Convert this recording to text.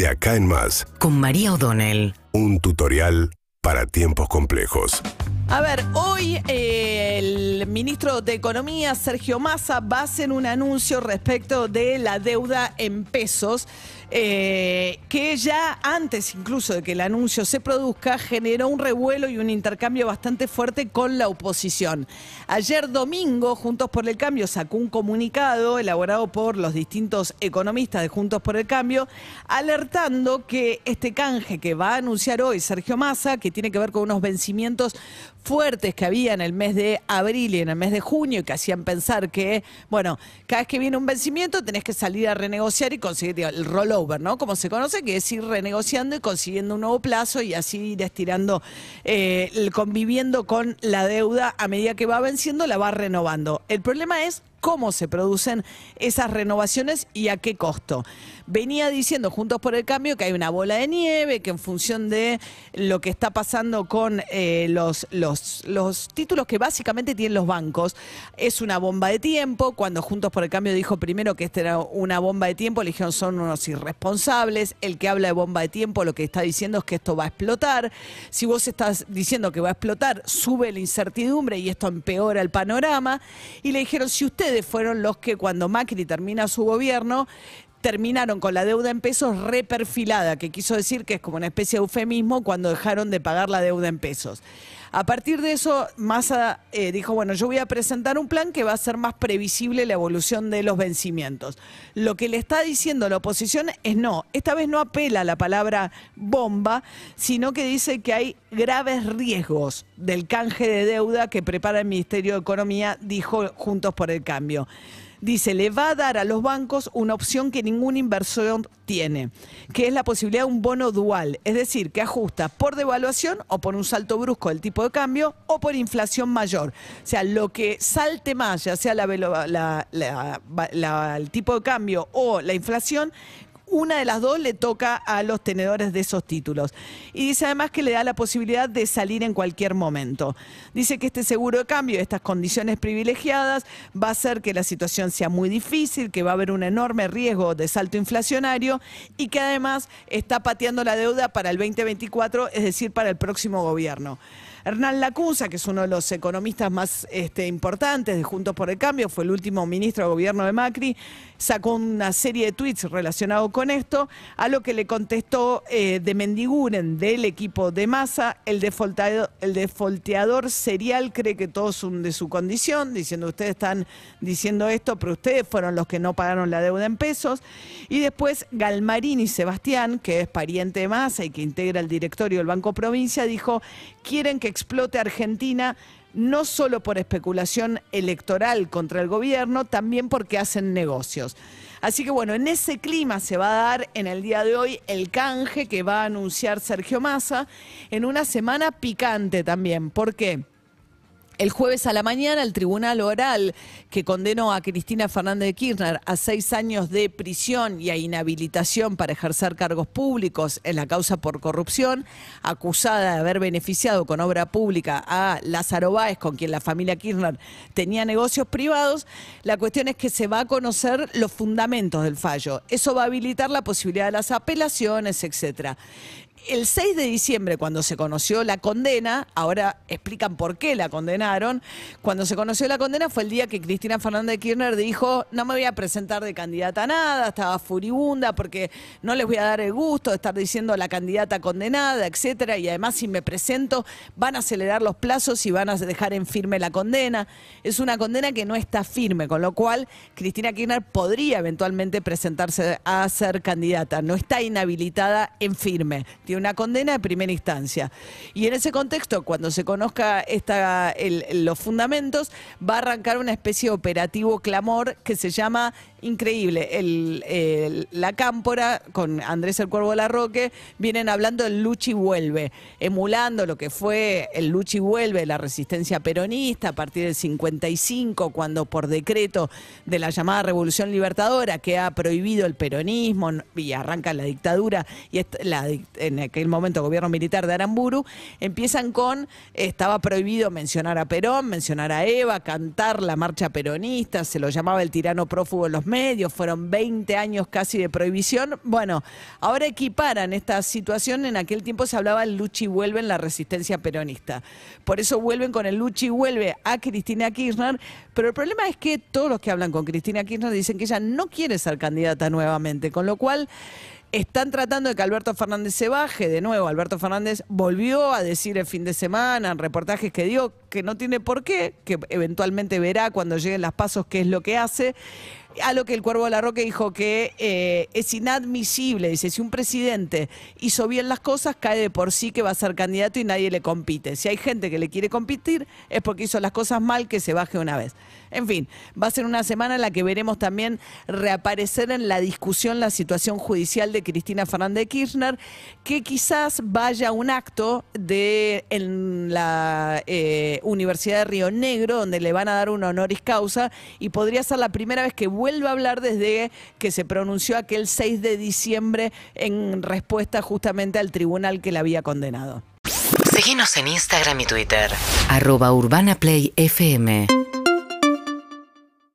De acá en más. Con María O'Donnell. Un tutorial para tiempos complejos. A ver, hoy el ministro de Economía, Sergio Massa, va a hacer un anuncio respecto de la deuda en pesos, que ya antes incluso de que el anuncio se produzca, generó un revuelo y un intercambio bastante fuerte con la oposición. Ayer domingo, Juntos por el Cambio sacó un comunicado elaborado por los distintos economistas de Juntos por el Cambio, alertando que este canje que va a anunciar hoy Sergio Massa, que tiene que ver con unos vencimientos fuertes que había en el mes de abril y en el mes de junio, que hacían pensar que, bueno, cada vez que viene un vencimiento tenés que salir a renegociar y conseguir el rollover, ¿no? Como se conoce, que es ir renegociando y consiguiendo un nuevo plazo y así ir estirando, conviviendo con la deuda a medida que va venciendo, la va renovando. El problema es cómo se producen esas renovaciones y a qué costo. Venía diciendo Juntos por el Cambio que hay una bola de nieve, que en función de lo que está pasando con los títulos que básicamente tienen los bancos, es una bomba de tiempo. Cuando Juntos por el Cambio dijo primero que esta era una bomba de tiempo, le dijeron son unos irresponsables. El que habla de bomba de tiempo lo que está diciendo es que esto va a explotar. Si vos estás diciendo que va a explotar, sube la incertidumbre y esto empeora el panorama. Y le dijeron, si ustedes fueron los que cuando Macri termina su gobierno, terminaron con la deuda en pesos reperfilada, que quiso decir que es como una especie de eufemismo cuando dejaron de pagar la deuda en pesos. A partir de eso, Massa dijo, bueno, yo voy a presentar un plan que va a hacer más previsible la evolución de los vencimientos. Lo que le está diciendo la oposición es no, esta vez no apela a la palabra bomba, sino que dice que hay graves riesgos del canje de deuda que prepara el Ministerio de Economía, dijo Juntos por el Cambio. Dice, le va a dar a los bancos una opción que ningún inversor tiene, que es la posibilidad de un bono dual, es decir, que ajusta por devaluación o por un salto brusco del tipo de cambio o por inflación mayor. O sea, lo que salte más, ya sea el tipo de cambio o la inflación, una de las dos le toca a los tenedores de esos títulos. Y dice además que le da la posibilidad de salir en cualquier momento. Dice que este seguro de cambio, estas condiciones privilegiadas, va a hacer que la situación sea muy difícil, que va a haber un enorme riesgo de salto inflacionario y que además está pateando la deuda para el 2024, es decir, para el próximo gobierno. Hernán Lacunza, que es uno de los economistas más importantes de Juntos por el Cambio, fue el último ministro de gobierno de Macri, sacó una serie de tweets relacionados con esto, a lo que le contestó de Mendiguren, del equipo de Massa, el defolteador serial cree que todos son de su condición, diciendo ustedes están diciendo esto, pero ustedes fueron los que no pagaron la deuda en pesos. Y después Galmarini Sebastián, que es pariente de Massa y que integra el directorio del Banco Provincia, dijo, quieren que explote Argentina no solo por especulación electoral contra el gobierno, también porque hacen negocios. Así que bueno, en ese clima se va a dar en el día de hoy el canje que va a anunciar Sergio Massa en una semana picante también. ¿Por qué? El jueves a la mañana, el Tribunal Oral, que condenó a Cristina Fernández de Kirchner a 6 años de prisión y a inhabilitación para ejercer cargos públicos en la causa por corrupción, acusada de haber beneficiado con obra pública a Lázaro Báez, con quien la familia Kirchner tenía negocios privados. La cuestión es que se va a conocer los fundamentos del fallo. Eso va a habilitar la posibilidad de las apelaciones, etcétera. El 6 de diciembre, cuando se conoció la condena, ahora explican por qué la condenaron, cuando se conoció la condena fue el día que Cristina Fernández de Kirchner dijo, no me voy a presentar de candidata a nada, estaba furibunda porque no les voy a dar el gusto de estar diciendo la candidata condenada, etcétera, y además si me presento van a acelerar los plazos y van a dejar en firme la condena. Es una condena que no está firme, con lo cual Cristina Kirchner podría eventualmente presentarse a ser candidata, no está inhabilitada en firme. Tiene una condena de primera instancia. Y en ese contexto, cuando se conozca los fundamentos, va a arrancar una especie de operativo clamor que se llama, increíble, la Cámpora, con Andrés el Cuervo Larroque, vienen hablando del Luchi Vuelve, emulando lo que fue el Luchi Vuelve, la resistencia peronista a partir del 55, cuando por decreto de la llamada Revolución Libertadora, que ha prohibido el peronismo y arranca la dictadura, y en aquel momento gobierno militar de Aramburu, empiezan con, estaba prohibido mencionar a Perón, mencionar a Eva, cantar la marcha peronista, se lo llamaba el tirano prófugo en los medios, fueron 20 años casi de prohibición. Bueno, ahora equiparan esta situación, en aquel tiempo se hablaba del luchi vuelve en la resistencia peronista. Por eso vuelven con el luchi vuelve a Cristina Kirchner, pero el problema es que todos los que hablan con Cristina Kirchner dicen que ella no quiere ser candidata nuevamente, con lo cual están tratando de que Alberto Fernández se baje. De nuevo, Alberto Fernández volvió a decir el fin de semana en reportajes que dio que no tiene por qué, que eventualmente verá cuando lleguen las pasos qué es lo que hace. A lo que el Cuervo de la Roque dijo que es inadmisible. Dice, si un presidente hizo bien las cosas, cae de por sí que va a ser candidato y nadie le compite. Si hay gente que le quiere competir, es porque hizo las cosas mal, que se baje una vez. En fin, va a ser una semana en la que veremos también reaparecer en la discusión la situación judicial de Cristina Fernández de Kirchner, que quizás vaya a un acto en la Universidad de Río Negro, donde le van a dar un honoris causa, y podría ser la primera vez que vuelve a hablar desde que se pronunció aquel 6 de diciembre en respuesta justamente al tribunal que la había condenado. Síguenos en Instagram y Twitter. @UrbanaPlayFM.